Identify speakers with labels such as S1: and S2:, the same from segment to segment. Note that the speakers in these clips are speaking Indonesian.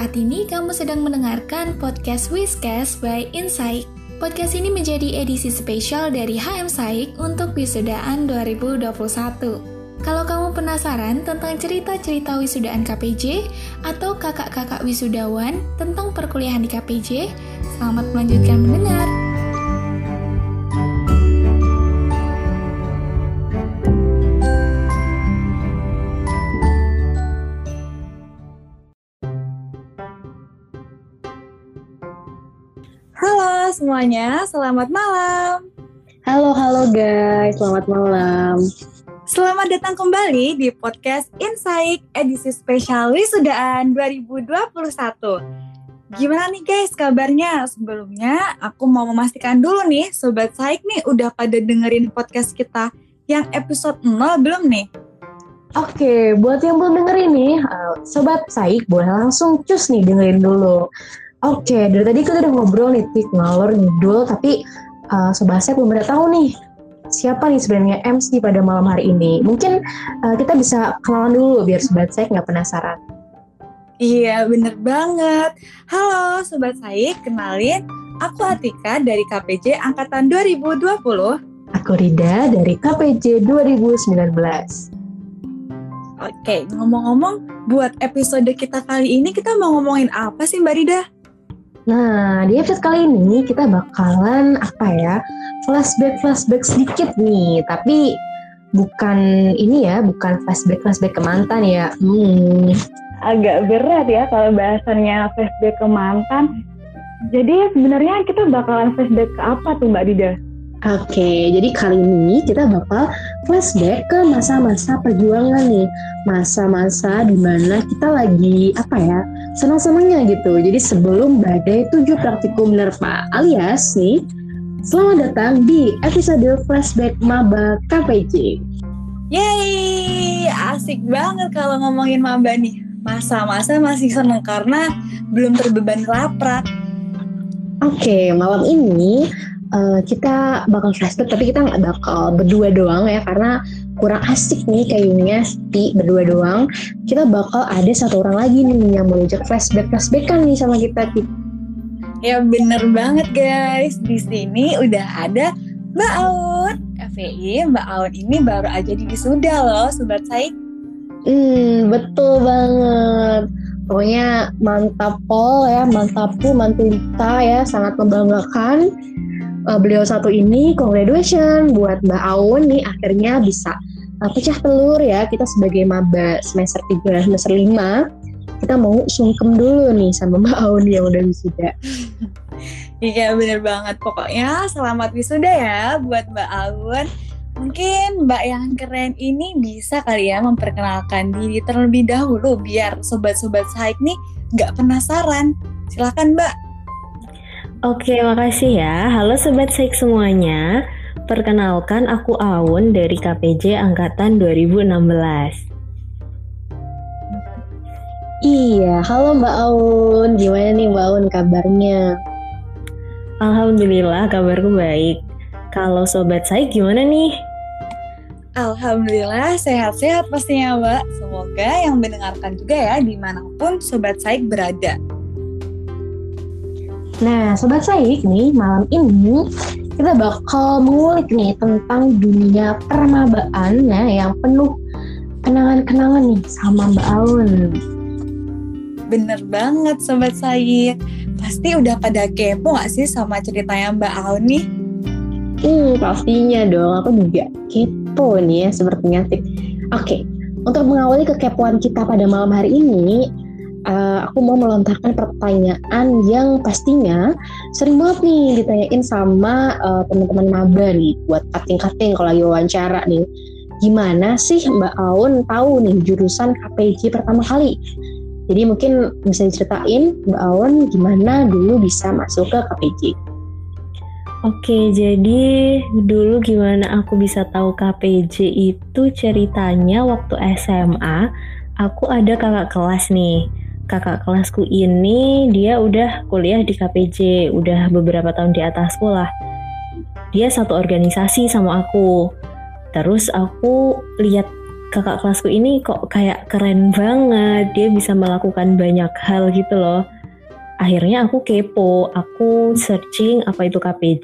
S1: Saat ini kamu sedang mendengarkan podcast Wizcast by Insight. Podcast ini menjadi edisi spesial dari HM Saik untuk Wisudaan 2021. Kalau kamu penasaran tentang cerita-cerita wisudaan KPJ atau kakak-kakak wisudawan tentang perkuliahan di KPJ, selamat melanjutkan mendengar.
S2: Halo semuanya, selamat malam.
S3: Halo guys, selamat malam.
S2: Selamat datang kembali di podcast Insight edisi spesial Wisudaan 2021. Gimana nih guys kabarnya? Sebelumnya aku mau memastikan dulu nih, Sobat Saik nih udah pada dengerin podcast kita yang episode 0 belum nih?
S3: Oke, buat yang belum dengerin nih, Sobat Saik boleh langsung cus nih dengerin dulu. Oke, dari tadi kita udah ngobrol nih, ngalor ngidul, tapi Sobat Saik belum pada tahu nih siapa nih sebenarnya MC pada malam hari ini. Mungkin kita bisa kenalan dulu biar Sobat Saik nggak penasaran.
S2: Iya, bener banget. Halo Sobat Saik, kenalin, aku Atika dari KPJ Angkatan 2020.
S3: Aku Rida dari KPJ 2019.
S2: Oke, ngomong-ngomong, buat episode kita kali ini kita mau ngomongin apa sih Mbak Rida?
S3: Nah, di episode kali ini kita bakalan flashback sedikit nih, tapi bukan ini ya, bukan flashback ke mantan ya.
S4: Agak berat ya kalau bahasannya flashback ke mantan. Jadi sebenarnya kita bakalan flashback ke apa tuh Mbak Dida?
S3: Oke, jadi kali ini kita bakal flashback ke masa-masa perjuangan nih. Masa-masa dimana kita lagi senang-senangnya gitu. Jadi sebelum badai 7 praktikum menerpa, alias nih, selamat datang di episode flashback Maba KPJ.
S2: Yeay, asik banget kalau ngomongin maba nih. Masa-masa masih seneng karena belum terbebani laprak.
S3: Oke, malam ini kita bakal flashback, tapi kita nggak bakal berdua doang ya, karena kurang asik nih kayaknya berdua doang. Kita bakal ada satu orang lagi nih yang mau ajak flashbackan nih sama kita.
S2: Ya bener banget guys, di sini udah ada Mbak Aun. FVI, Mbak Aun ini baru aja di wisuda loh Sobat Saik.
S3: Betul banget. Pokoknya mantap pol ya, mantapku, mantita ya, sangat membanggakan. Beliau satu ini, congratulations buat Mbak Aun nih, akhirnya bisa pecah telur ya. Kita sebagai maba semester 3, semester 5, kita mau sungkem dulu nih sama Mbak Aun yang udah wisuda.
S2: Iya bener banget, pokoknya selamat wisuda ya buat Mbak Aun. Mungkin Mbak yang keren ini bisa kali ya memperkenalkan diri terlebih dahulu biar sobat-sobat Saik nih gak penasaran. Silakan Mbak.
S5: Oke, makasih ya. Halo Sobat Saik semuanya. Perkenalkan, aku Aun dari KPJ Angkatan 2016.
S3: Iya, halo Mbak Aun. Gimana nih Mbak Aun kabarnya?
S5: Alhamdulillah, kabarku baik. Kalau Sobat Saik gimana nih?
S2: Alhamdulillah, sehat-sehat pastinya Mbak. Semoga yang mendengarkan juga ya dimanapun Sobat Saik berada.
S3: Nah, Sobat Saik nih, malam ini kita bakal mengulik nih tentang dunia permabaan ya, yang penuh kenangan-kenangan nih sama Mbak Aun.
S2: Bener banget Sobat Saik. Pasti udah pada kepo gak sih sama ceritanya Mbak Aun nih?
S3: Pastinya dong, aku juga kepo nih ya sepertinya. Oke, untuk mengawali kekepoan kita pada malam hari ini, aku mau melontarkan pertanyaan yang pastinya sering banget nih ditanyain sama teman-teman maba nih buat kating-kating kalau lagi wawancara nih. Gimana sih Mbak Aun tahu nih jurusan KPJ pertama kali? Jadi mungkin bisa diceritain Mbak Aun gimana dulu bisa masuk ke KPJ.
S5: Oke, jadi dulu gimana aku bisa tahu KPJ itu ceritanya waktu SMA, aku ada kakak kelas nih. Kakak kelasku ini dia udah kuliah di KPJ, udah beberapa tahun di atasku lah. Dia satu organisasi sama aku. Terus aku lihat kakak kelasku ini kok kayak keren banget, dia bisa melakukan banyak hal gitu loh. Akhirnya aku kepo, aku searching apa itu KPJ,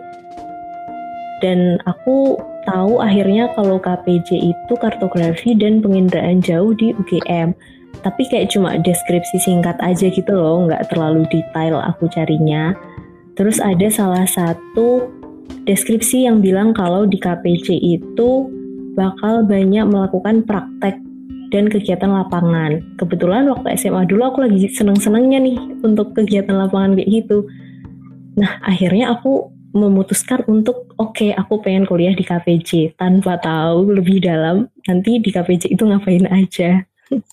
S5: dan aku tahu akhirnya kalau KPJ itu kartografi dan penginderaan jauh di UGM. Tapi kayak cuma deskripsi singkat aja gitu loh, nggak terlalu detail aku carinya. Terus ada salah satu deskripsi yang bilang kalau di KPJ itu bakal banyak melakukan praktek dan kegiatan lapangan. Kebetulan waktu SMA dulu aku lagi seneng-senengnya nih untuk kegiatan lapangan kayak gitu. Nah, akhirnya aku memutuskan untuk aku pengen kuliah di KPJ tanpa tahu lebih dalam nanti di KPJ itu ngapain aja.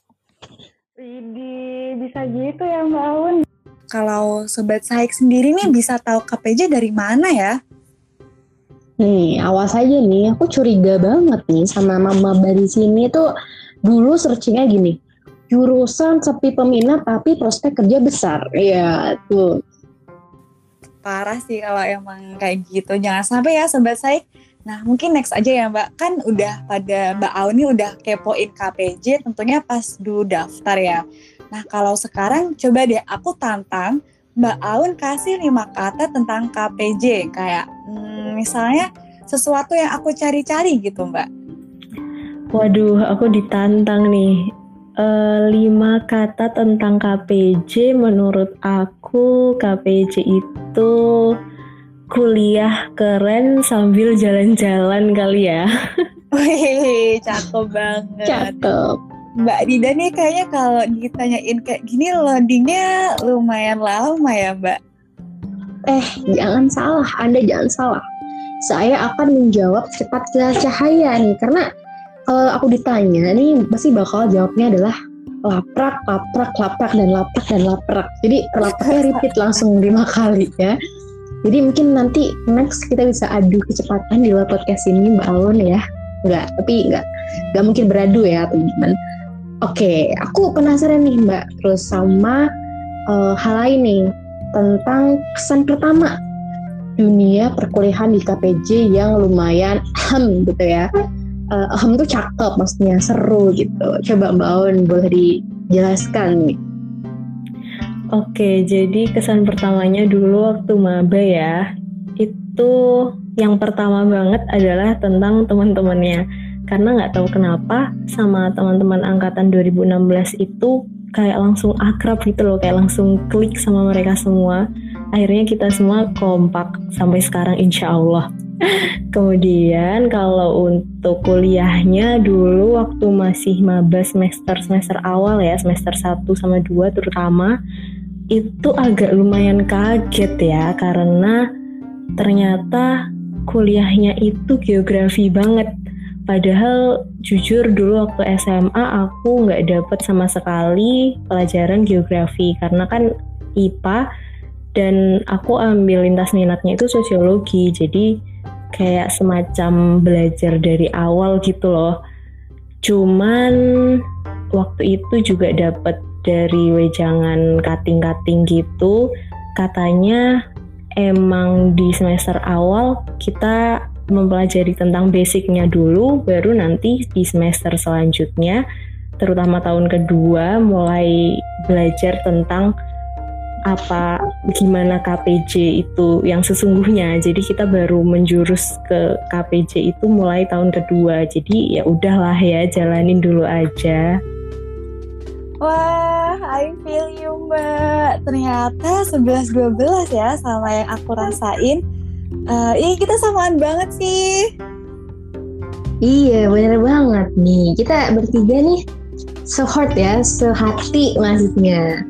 S4: Bisa gitu ya Mbak Aun.
S2: Kalau Sobat Saik sendiri nih bisa tahu KPJ dari mana ya?
S3: Nih, awas aja nih, aku curiga banget nih sama maba di sini tuh dulu searchingnya gini, jurusan sepi peminat tapi prospek kerja besar. Iya, tuh.
S2: Parah sih kalau emang kayak gitu. Jangan sampai ya Sobat Saik. Nah mungkin next aja ya Mbak. Kan udah pada Mbak Aun nih udah kepoin KPJ tentunya pas dulu daftar ya. Nah kalau sekarang coba deh aku tantang Mbak Aun kasih 5 kata tentang KPJ. Kayak misalnya sesuatu yang aku cari-cari gitu Mbak.
S5: Waduh, aku ditantang nih. 5 kata tentang KPJ. Menurut aku KPJ itu kuliah keren sambil jalan-jalan kali ya.
S2: Wih, cakep banget.
S3: Cakep.
S2: Mbak Dida nih kayaknya kalau ditanyain kayak gini loadingnya lumayan lama ya Mbak.
S3: Jangan salah, Anda jangan salah. Saya akan menjawab cepat kilat cahaya nih, karena kalau aku ditanya nih pasti bakal jawabnya adalah laprak, laprak, laprak, dan laprak, dan laprak. Jadi lapraknya repeat langsung 5 kali ya. Jadi mungkin nanti next kita bisa adu kecepatan di luar podcast ini Mbak Aun ya. Enggak mungkin beradu ya teman-teman. Oke, aku penasaran nih Mbak, terus sama hal lain nih tentang kesan pertama dunia perkuliahan di KPJ yang lumayan gitu ya. Tuh cakep, maksudnya seru gitu. Coba Mbak Aun boleh dijelaskan nih.
S5: Oke, jadi kesan pertamanya dulu waktu maba ya, itu yang pertama banget adalah tentang teman-temannya. Karena nggak tahu kenapa sama teman-teman angkatan 2016 itu kayak langsung akrab gitu loh, kayak langsung klik sama mereka semua. Akhirnya kita semua kompak sampai sekarang insya Allah. Kemudian kalau untuk kuliahnya dulu waktu masih maba semester awal ya, semester 1 sama 2 terutama, itu agak lumayan kaget ya, karena ternyata kuliahnya itu geografi banget. Padahal jujur dulu waktu SMA aku nggak dapet sama sekali pelajaran geografi, karena kan IPA dan aku ambil lintas minatnya itu sosiologi, jadi kayak semacam belajar dari awal gitu loh. Cuman waktu itu juga dapet dari wejangan cutting gitu, katanya emang di semester awal kita mempelajari tentang basicnya dulu, baru nanti di semester selanjutnya, terutama tahun kedua, mulai belajar tentang gimana KPJ itu yang sesungguhnya. Jadi kita baru menjurus ke KPJ itu mulai tahun kedua. Jadi ya udahlah ya, jalanin dulu aja.
S2: Wah, I feel you Mbak. Ternyata 11-12 ya sama yang aku rasain. Kita samaan banget sih.
S3: Iya, bener banget nih. Kita bertiga nih se-heart ya, sehati maksudnya.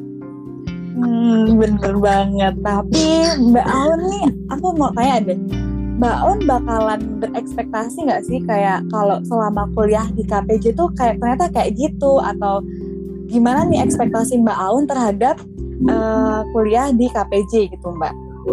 S2: Bener banget. Tapi Mbak Aun nih, aku mau tanya deh. Mbak Aun bakalan berekspektasi nggak sih kayak kalau selama kuliah di KPJ tuh kayak ternyata kayak gitu, atau gimana nih ekspektasi Mbak Aun terhadap kuliah di KPJ gitu Mbak?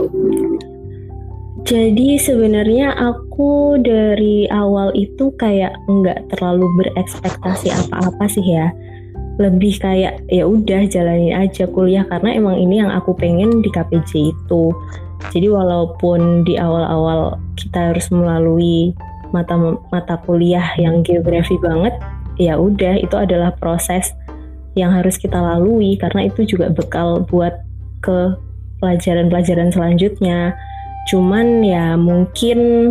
S5: Jadi sebenarnya aku dari awal itu kayak nggak terlalu berekspektasi apa-apa sih ya. Lebih kayak ya udah jalanin aja kuliah, karena emang ini yang aku pengen di KPJ itu. Jadi walaupun di awal-awal kita harus melalui mata kuliah yang geografi banget, ya udah itu adalah proses yang harus kita lalui karena itu juga bekal buat ke pelajaran-pelajaran selanjutnya. Cuman ya mungkin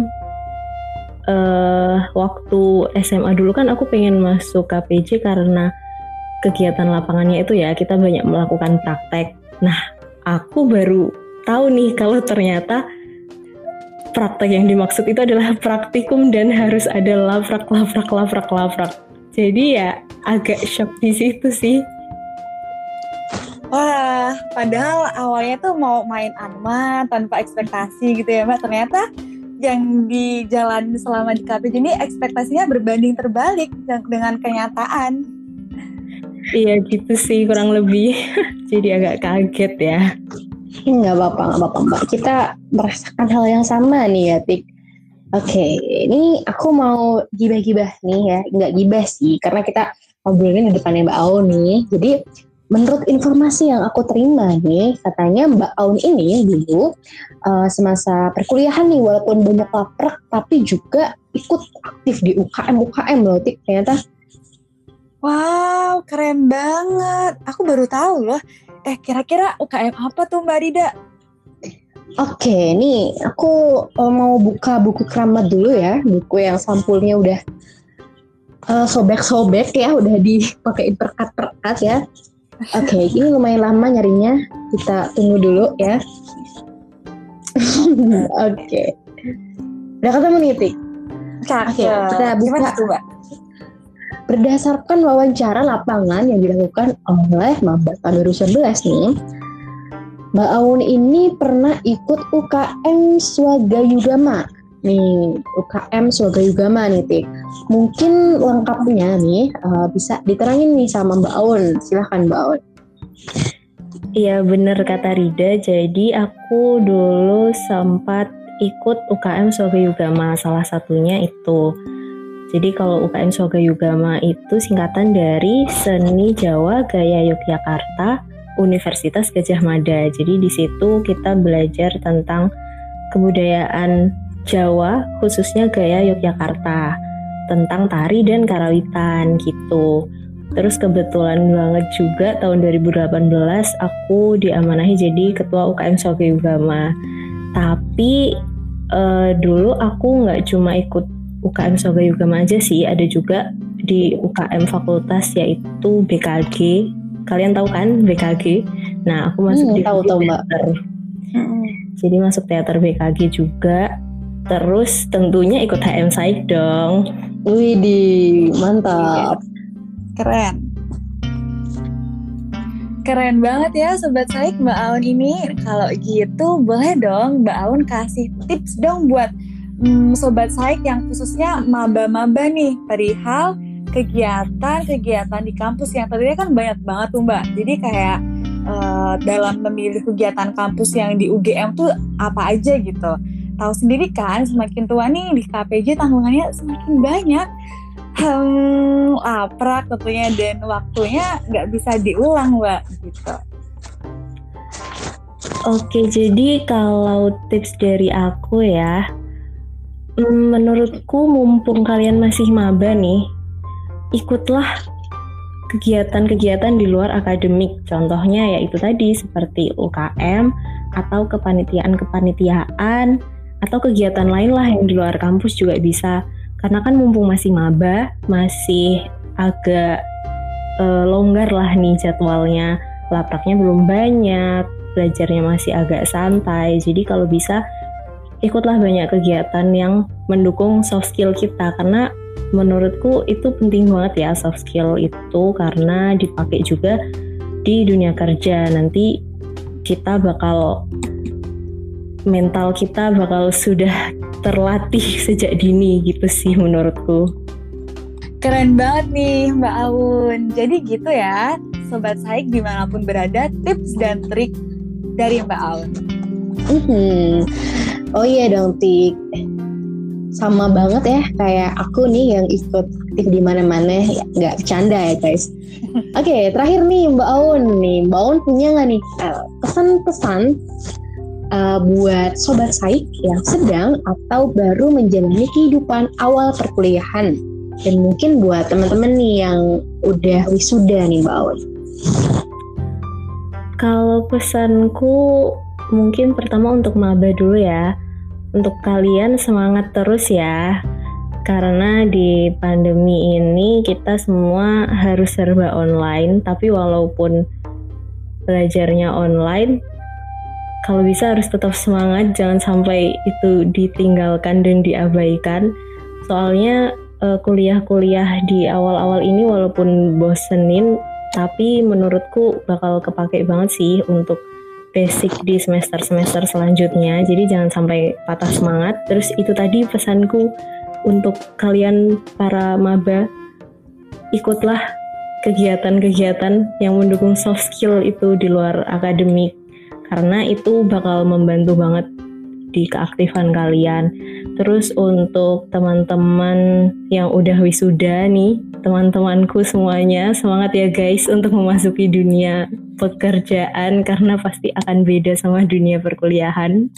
S5: waktu SMA dulu kan aku pengen masuk KPJ karena kegiatan lapangannya itu ya kita banyak melakukan praktek. Nah, aku baru tahu nih kalau ternyata praktek yang dimaksud itu adalah praktikum dan harus ada labrak. Jadi ya agak shock di situ sih.
S2: Wah, padahal awalnya tuh mau main aman tanpa ekspektasi gitu ya Mbak. Ternyata yang dijalani selama di KPJ ini ekspektasinya berbanding terbalik dengan kenyataan.
S5: Iya gitu sih kurang lebih. Jadi agak kaget ya.
S3: Nggak apa-apa Mbak. Kita merasakan hal yang sama nih ya Tik. Oke, ini aku mau gibah-gibah nih ya. Nggak gibah sih, karena kita ngobrolin di depannya Mbak Aun nih. Jadi menurut informasi yang aku terima nih, katanya Mbak Aun ini dulu semasa perkuliahan nih, walaupun banyak laprak, tapi juga ikut aktif di UKM loh Tik, ternyata.
S2: Wow, keren banget. Aku baru tahu loh. Kira-kira UKM apa tuh Mbak Rida?
S3: Oke, nih aku mau buka buku keramat dulu ya, buku yang sampulnya udah sobek-sobek ya, udah dipakein perkat-perkat ya. Oke, ini lumayan lama nyarinya, kita tunggu dulu ya. Oke, udah ketemu nih Tik. Oke, kita buka.
S2: Gimana tuh Mbak?
S3: Berdasarkan wawancara lapangan yang dilakukan oleh Maba tahun 2019 nih, Mbak Aun ini pernah ikut UKM Swagayugama. Nih, UKM Swagayugama nih, Tik. Mungkin lengkapnya nih bisa diterangin nih sama Mbak Aun. Silahkan Mbak Aun.
S5: Iya bener kata Rida, jadi aku dulu sempat ikut UKM Swagayugama, salah satunya itu. Jadi kalau UKM Swagayugama itu singkatan dari Seni Jawa Gaya Yogyakarta Universitas Gadjah Mada. Jadi di situ kita belajar tentang kebudayaan Jawa, khususnya gaya Yogyakarta, tentang tari dan karawitan gitu. Terus kebetulan banget juga tahun 2018 aku diamanahi jadi ketua UKM Swagayugama. Tapi dulu aku nggak cuma ikut UKM Swagayugama aja sih, ada juga di UKM fakultas yaitu BKG. Kalian tahu kan BKG? Nah, aku masuk di teater. Jadi masuk teater BKG juga. Terus tentunya ikut HM Saik dong.
S3: Widih, mantap.
S2: Keren banget ya Sobat Saik Mbak Aun ini. Kalau gitu boleh dong Mbak Aun kasih tips dong buat Sobat Saik yang khususnya maba-maba nih perihal kegiatan di kampus yang tadinya kan banyak banget tuh Mbak. Jadi kayak dalam memilih kegiatan kampus yang di UGM tuh apa aja gitu. Tahu sendiri kan semakin tua nih di KPJ tanggungannya semakin banyak. Laprak tentunya dan waktunya nggak bisa diulang Mbak gitu.
S5: Oke, jadi kalau tips dari aku ya, menurutku mumpung kalian masih maba nih, ikutlah kegiatan-kegiatan di luar akademik. Contohnya yaitu tadi seperti UKM atau kepanitiaan atau kegiatan lain lah yang di luar kampus juga bisa. Karena kan mumpung masih maba, masih agak longgar lah nih jadwalnya. Lapraknya belum banyak, belajarnya masih agak santai. Jadi kalau bisa ikutlah banyak kegiatan yang mendukung soft skill kita, karena menurutku itu penting banget ya soft skill itu, karena dipakai juga di dunia kerja. Nanti kita bakal, mental kita bakal sudah terlatih sejak dini gitu sih menurutku.
S2: Keren banget nih Mbak Aun. Jadi gitu ya Sobat Saik dimanapun berada, tips dan trik dari Mbak Aun.
S3: Oh iya dong Tik, sama banget ya kayak aku nih yang ikut aktif di mana-mana, ya, nggak bercanda ya guys. Oke, terakhir nih Mbak Aun punya nggak nih pesan-pesan buat Sobat Saik yang sedang atau baru menjalani kehidupan awal perkuliahan. Dan mungkin buat teman-teman nih yang udah wisuda nih Mbak Aun.
S5: Kalau pesanku mungkin pertama untuk maba dulu ya. Untuk kalian semangat terus ya. Karena di pandemi ini kita semua harus serba online, tapi walaupun belajarnya online, kalau bisa harus tetap semangat, jangan sampai itu ditinggalkan dan diabaikan. Soalnya kuliah-kuliah di awal-awal ini walaupun bosenin, tapi menurutku bakal kepake banget sih untuk basic di semester-semester selanjutnya. Jadi jangan sampai patah semangat. Terus itu tadi pesanku untuk kalian para maba, ikutlah kegiatan-kegiatan yang mendukung soft skill itu di luar akademik, karena itu bakal membantu banget di keaktifan kalian. Terus untuk teman-teman yang udah wisuda nih, teman-temanku semuanya, semangat ya guys untuk memasuki dunia pekerjaan, karena pasti akan beda sama dunia perkuliahan.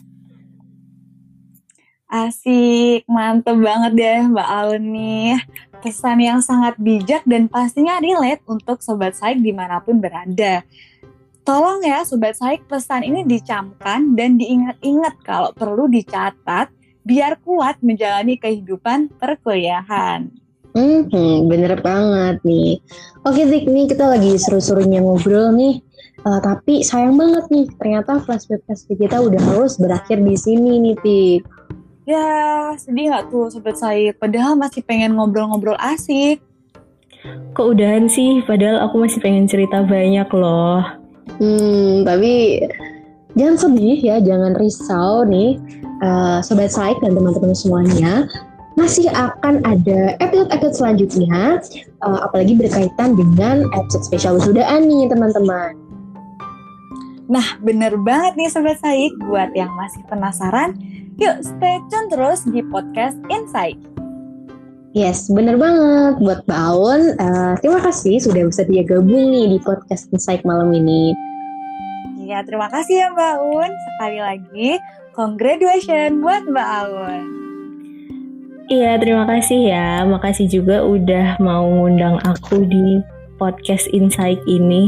S2: Asik, mantep banget deh Mbak Aun nih. Pesan yang sangat bijak dan pastinya relate untuk Sobat Saik dimanapun berada. Tolong ya Sobat Saik, pesan ini dicamkan dan diingat-ingat kalau perlu dicatat biar kuat menjalani kehidupan perkuliahan.
S3: Bener banget nih. Oke Zik, nih kita lagi seru-serunya ngobrol nih. Tapi sayang banget nih, ternyata flashback kita udah harus berakhir di sini nih Tik.
S2: Ya, sedih gak tuh Sobat Saik? Padahal masih pengen ngobrol-ngobrol asik.
S5: Kok udahan sih? Padahal aku masih pengen cerita banyak loh.
S3: Tapi jangan sedih ya, jangan risau nih. Sobat Saik dan teman-teman semuanya, masih akan ada episode-episode selanjutnya, apalagi berkaitan dengan episode spesial wisudaan nih teman-teman.
S2: Nah, bener banget nih Sobat Saik. Buat yang masih penasaran, yuk stay tune terus di podcast Insight.
S3: Yes, bener banget. Buat Mbak Aun, terima kasih sudah bisa dia gabung nih di podcast Insight malam ini.
S2: Ya, terima kasih ya Mbak Aun. Sekali lagi, congratulations buat Mbak Aun.
S5: Iya, terima kasih ya. Makasih juga udah mau ngundang aku di podcast Insight ini.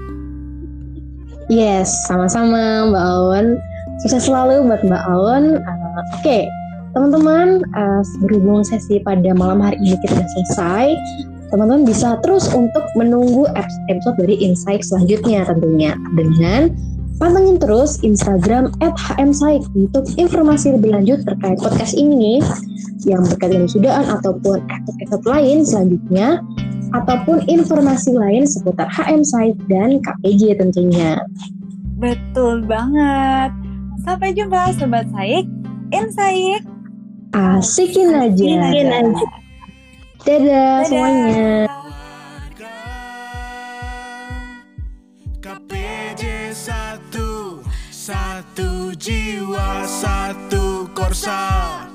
S3: Yes, sama-sama Mbak Aun. Sukses selalu buat Mbak Aun. Oke, teman-teman, berhubung sesi pada malam hari ini kita sudah selesai, teman-teman bisa terus untuk menunggu episode dari Insight selanjutnya tentunya. Dengan pantengin terus Instagram @hmsaik untuk informasi lebih lanjut terkait podcast ini yang berkaitan wisudaan ataupun episode lain selanjutnya, ataupun informasi lain seputar HM Saik dan KPJ tentunya.
S2: Betul banget. Sampai jumpa Sobat Saik, Insight.
S3: Asikin aja. Dadah semuanya.
S6: KPJ satu jiwa, satu korsa.